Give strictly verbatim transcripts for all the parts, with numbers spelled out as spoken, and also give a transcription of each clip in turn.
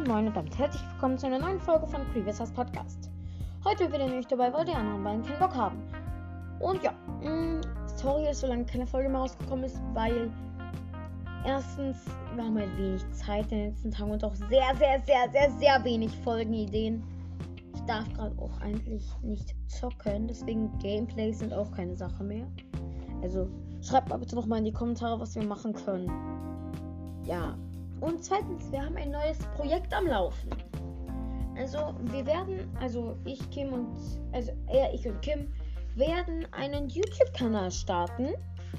moin und damit herzlich willkommen zu einer neuen Folge von Creepy's Podcast. Heute wieder nicht dabei, weil die anderen beiden keinen Bock haben. Und ja, mh, sorry, dass so lange keine Folge mehr rausgekommen ist, weil erstens, wir haben halt wenig Zeit in den letzten Tagen und auch sehr, sehr, sehr, sehr, sehr wenig Folgenideen. Ich darf gerade auch eigentlich nicht zocken, deswegen Gameplays sind auch keine Sache mehr. Also schreibt mal bitte nochmal in die Kommentare, was wir machen können. Ja. Und zweitens, wir haben ein neues Projekt am Laufen. Also, wir werden, also ich, Kim und, also er, ich und Kim, werden einen YouTube-Kanal starten.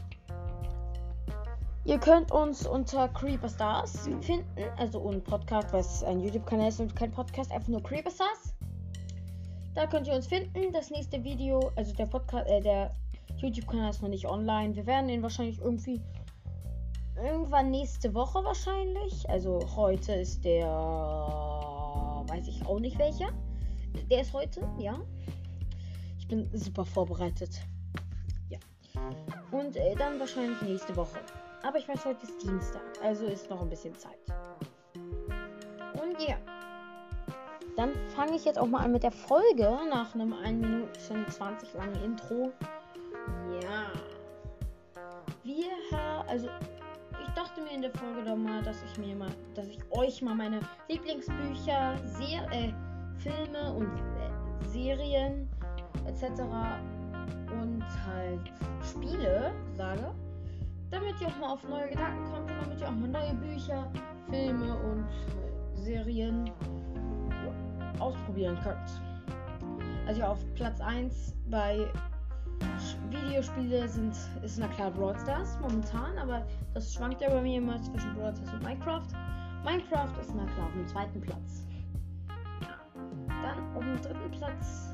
Ihr könnt uns unter Creeperstars finden, also ohne Podcast, weil es ein YouTube-Kanal ist und kein Podcast, einfach nur Creeperstars. Da könnt ihr uns finden. Das nächste Video, also der Podcast, äh, der YouTube-Kanal ist noch nicht online. Wir werden ihn wahrscheinlich irgendwie Irgendwann nächste Woche wahrscheinlich. Also heute ist der, weiß ich auch nicht welcher. Der ist heute, ja. Ich bin super vorbereitet. Ja. Und äh, dann wahrscheinlich nächste Woche. Aber ich weiß, heute ist Dienstag. Also ist noch ein bisschen Zeit. Und ja. Dann fange ich jetzt auch mal an mit der Folge. Nach einem ein Minuten zwanzig langen Intro. Ja. Wir haben, also ich dachte mir in der Folge doch mal, dass ich mir mal, dass ich euch mal meine Lieblingsbücher, Ser- äh, Filme und äh, Serien et cetera und halt Spiele sage, damit ihr auch mal auf neue Gedanken kommt und damit ihr auch mal neue Bücher, Filme und äh, Serien ausprobieren könnt. Also auf Platz eins bei Videospiele sind, ist na klar Brawl Stars momentan, aber das schwankt ja bei mir immer zwischen Brawl Stars und Minecraft. Minecraft ist na klar auf dem zweiten Platz. Ja. Dann auf dem dritten Platz.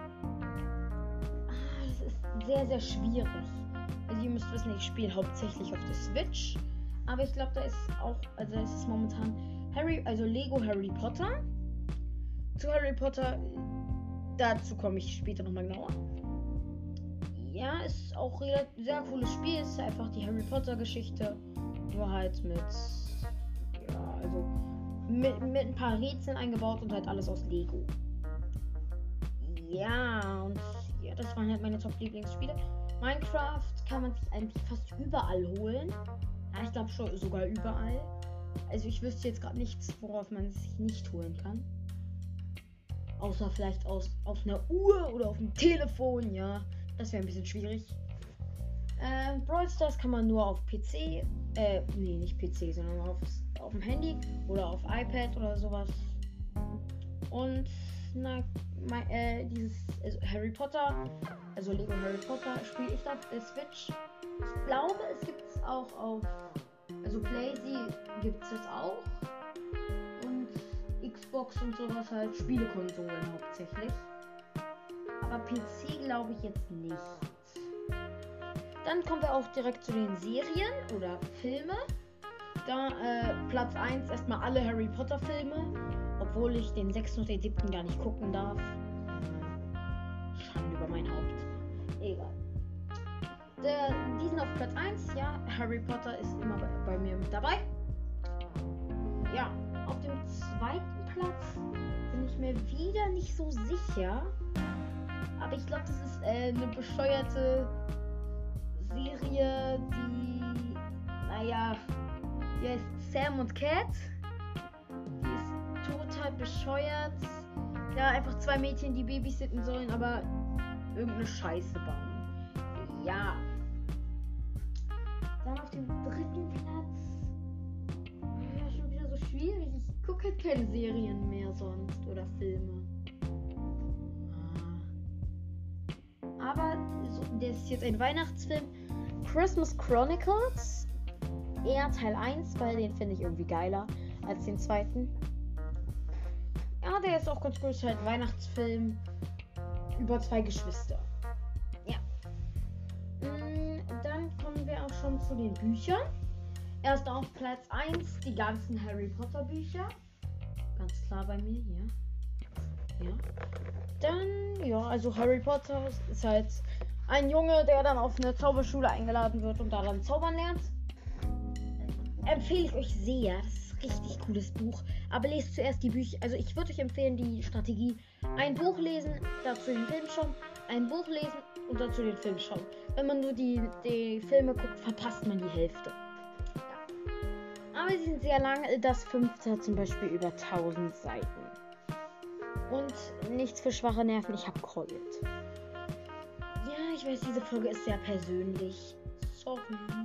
Ah, das ist sehr, sehr schwierig. Also ihr müsst wissen, ich spiele hauptsächlich auf der Switch, aber ich glaube, da ist auch, also es ist momentan Harry, also Lego Harry Potter. Zu Harry Potter, dazu komme ich später nochmal genauer. Ja, ist auch ein sehr cooles Spiel. Ist einfach die Harry Potter Geschichte. Nur halt mit, ja, also mit, mit ein paar Rätseln eingebaut und halt alles aus Lego. Ja, und ja, das waren halt meine Top-Lieblingsspiele. Minecraft kann man sich eigentlich fast überall holen. Ja, ich glaube schon sogar überall. Also ich wüsste jetzt gerade nichts, worauf man es sich nicht holen kann. Außer vielleicht aus, auf einer Uhr oder auf dem Telefon, ja. Das wäre ein bisschen schwierig. Ähm, Brawl Stars kann man nur auf P C, äh, nee, nicht P C, sondern auf, auf dem Handy oder auf iPad oder sowas. Und, na, mein, äh, dieses also Harry Potter, also Lego Harry Potter spiele ich auf der Switch. Ich glaube, es gibt es auch auf, also PlayStation gibt es auch. Und Xbox und sowas halt, Spielekonsolen hauptsächlich. Aber P C glaube ich jetzt nicht. Dann kommen wir auch direkt zu den Serien oder Filme. Da äh, Platz eins erstmal alle Harry Potter Filme. Obwohl ich den sechsten und den siebten gar nicht gucken darf. Schande über mein Haupt. Egal. Der, die sind auf Platz eins. Ja, Harry Potter ist immer bei, bei mir mit dabei. Ja, auf dem zweiten Platz bin ich mir wieder nicht so sicher. Aber ich glaube, das ist äh, eine bescheuerte Serie, die, naja, die heißt Sam und Cat. Die ist total bescheuert. Ja, einfach zwei Mädchen, die babysitten sollen, aber irgendeine Scheiße bauen. Ja. Dann auf dem dritten Platz. Ja, schon wieder so schwierig. Ich gucke halt keine Serien mehr sonst oder Filme. Aber so, das ist jetzt ein Weihnachtsfilm. Christmas Chronicles. Eher Teil eins, weil den finde ich irgendwie geiler als den zweiten. Ja, der ist auch ganz cool. Ist halt ein Weihnachtsfilm über zwei Geschwister. Ja. Dann kommen wir auch schon zu den Büchern. Erst auf Platz eins die ganzen Harry Potter Bücher. Ganz klar bei mir hier. Ja. Dann, ja, also Harry Potter ist halt ein Junge, der dann auf eine Zauberschule eingeladen wird und da dann zaubern lernt. Empfehle ich euch sehr. Das ist richtig cooles Buch. Aber lest zuerst die Bücher. Also ich würde euch empfehlen, die Strategie. Ein Buch lesen, dazu den Film schauen. Ein Buch lesen und dazu den Film schauen. Wenn man nur die, die Filme guckt, verpasst man die Hälfte. Ja. Aber sie sind sehr lang. Das fünfte hat zum Beispiel über tausend Seiten. Und nichts für schwache Nerven. Ich habe Colt. Ja, ich weiß, diese Folge ist sehr persönlich. Sorry.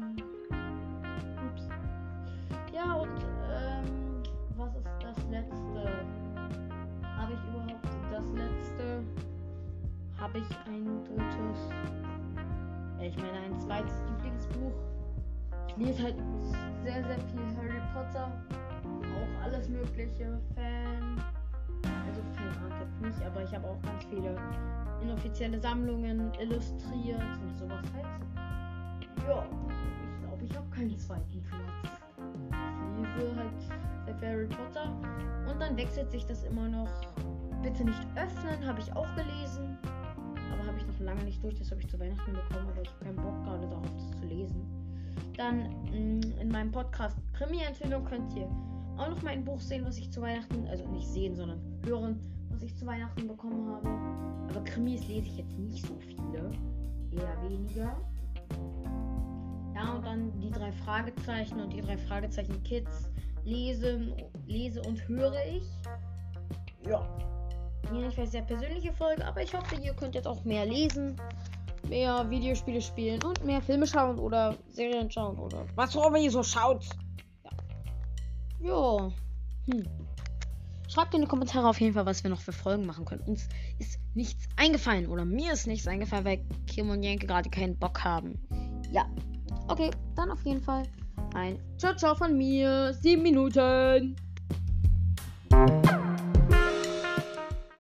Ups. Ja, und ähm, was ist das letzte? Habe ich überhaupt das letzte? Habe ich ein drittes? Ich meine, ein zweites Lieblingsbuch. Ich lese halt sehr, sehr viel Harry Potter. Auch alles mögliche. Fan. Also Fanart jetzt nicht, aber ich habe auch ganz viele inoffizielle Sammlungen illustriert und sowas halt. Ja, ich glaube, ich habe keinen zweiten Platz. Ich lese halt sehr viel Harry Potter und dann wechselt sich das immer noch. Bitte nicht öffnen, habe ich auch gelesen. Aber habe ich noch lange nicht durch, das habe ich zu Weihnachten bekommen, aber ich habe keinen Bock gerade darauf, das zu lesen. Dann mh, in meinem Podcast Krimi-Empfehlung könnt ihr auch noch mal ein Buch sehen, was ich zu Weihnachten, also nicht sehen, sondern hören, was ich zu Weihnachten bekommen habe. Aber Krimis lese ich jetzt nicht so viele, eher weniger. Ja, und dann die drei Fragezeichen und die drei Fragezeichen Kids lesen, lese und höre ich. Ja. Ja, ich weiß, sehr persönliche Folge, aber ich hoffe, ihr könnt jetzt auch mehr lesen, mehr Videospiele spielen und mehr Filme schauen oder Serien schauen oder was auch immer ihr so schaut. Ja. Jo. Hm. Schreibt in die Kommentare auf jeden Fall, was wir noch für Folgen machen können. Uns ist nichts eingefallen oder mir ist nichts eingefallen, weil Kim und Jenke gerade keinen Bock haben. Ja. Okay, dann auf jeden Fall ein Ciao, ciao von mir. Sieben Minuten.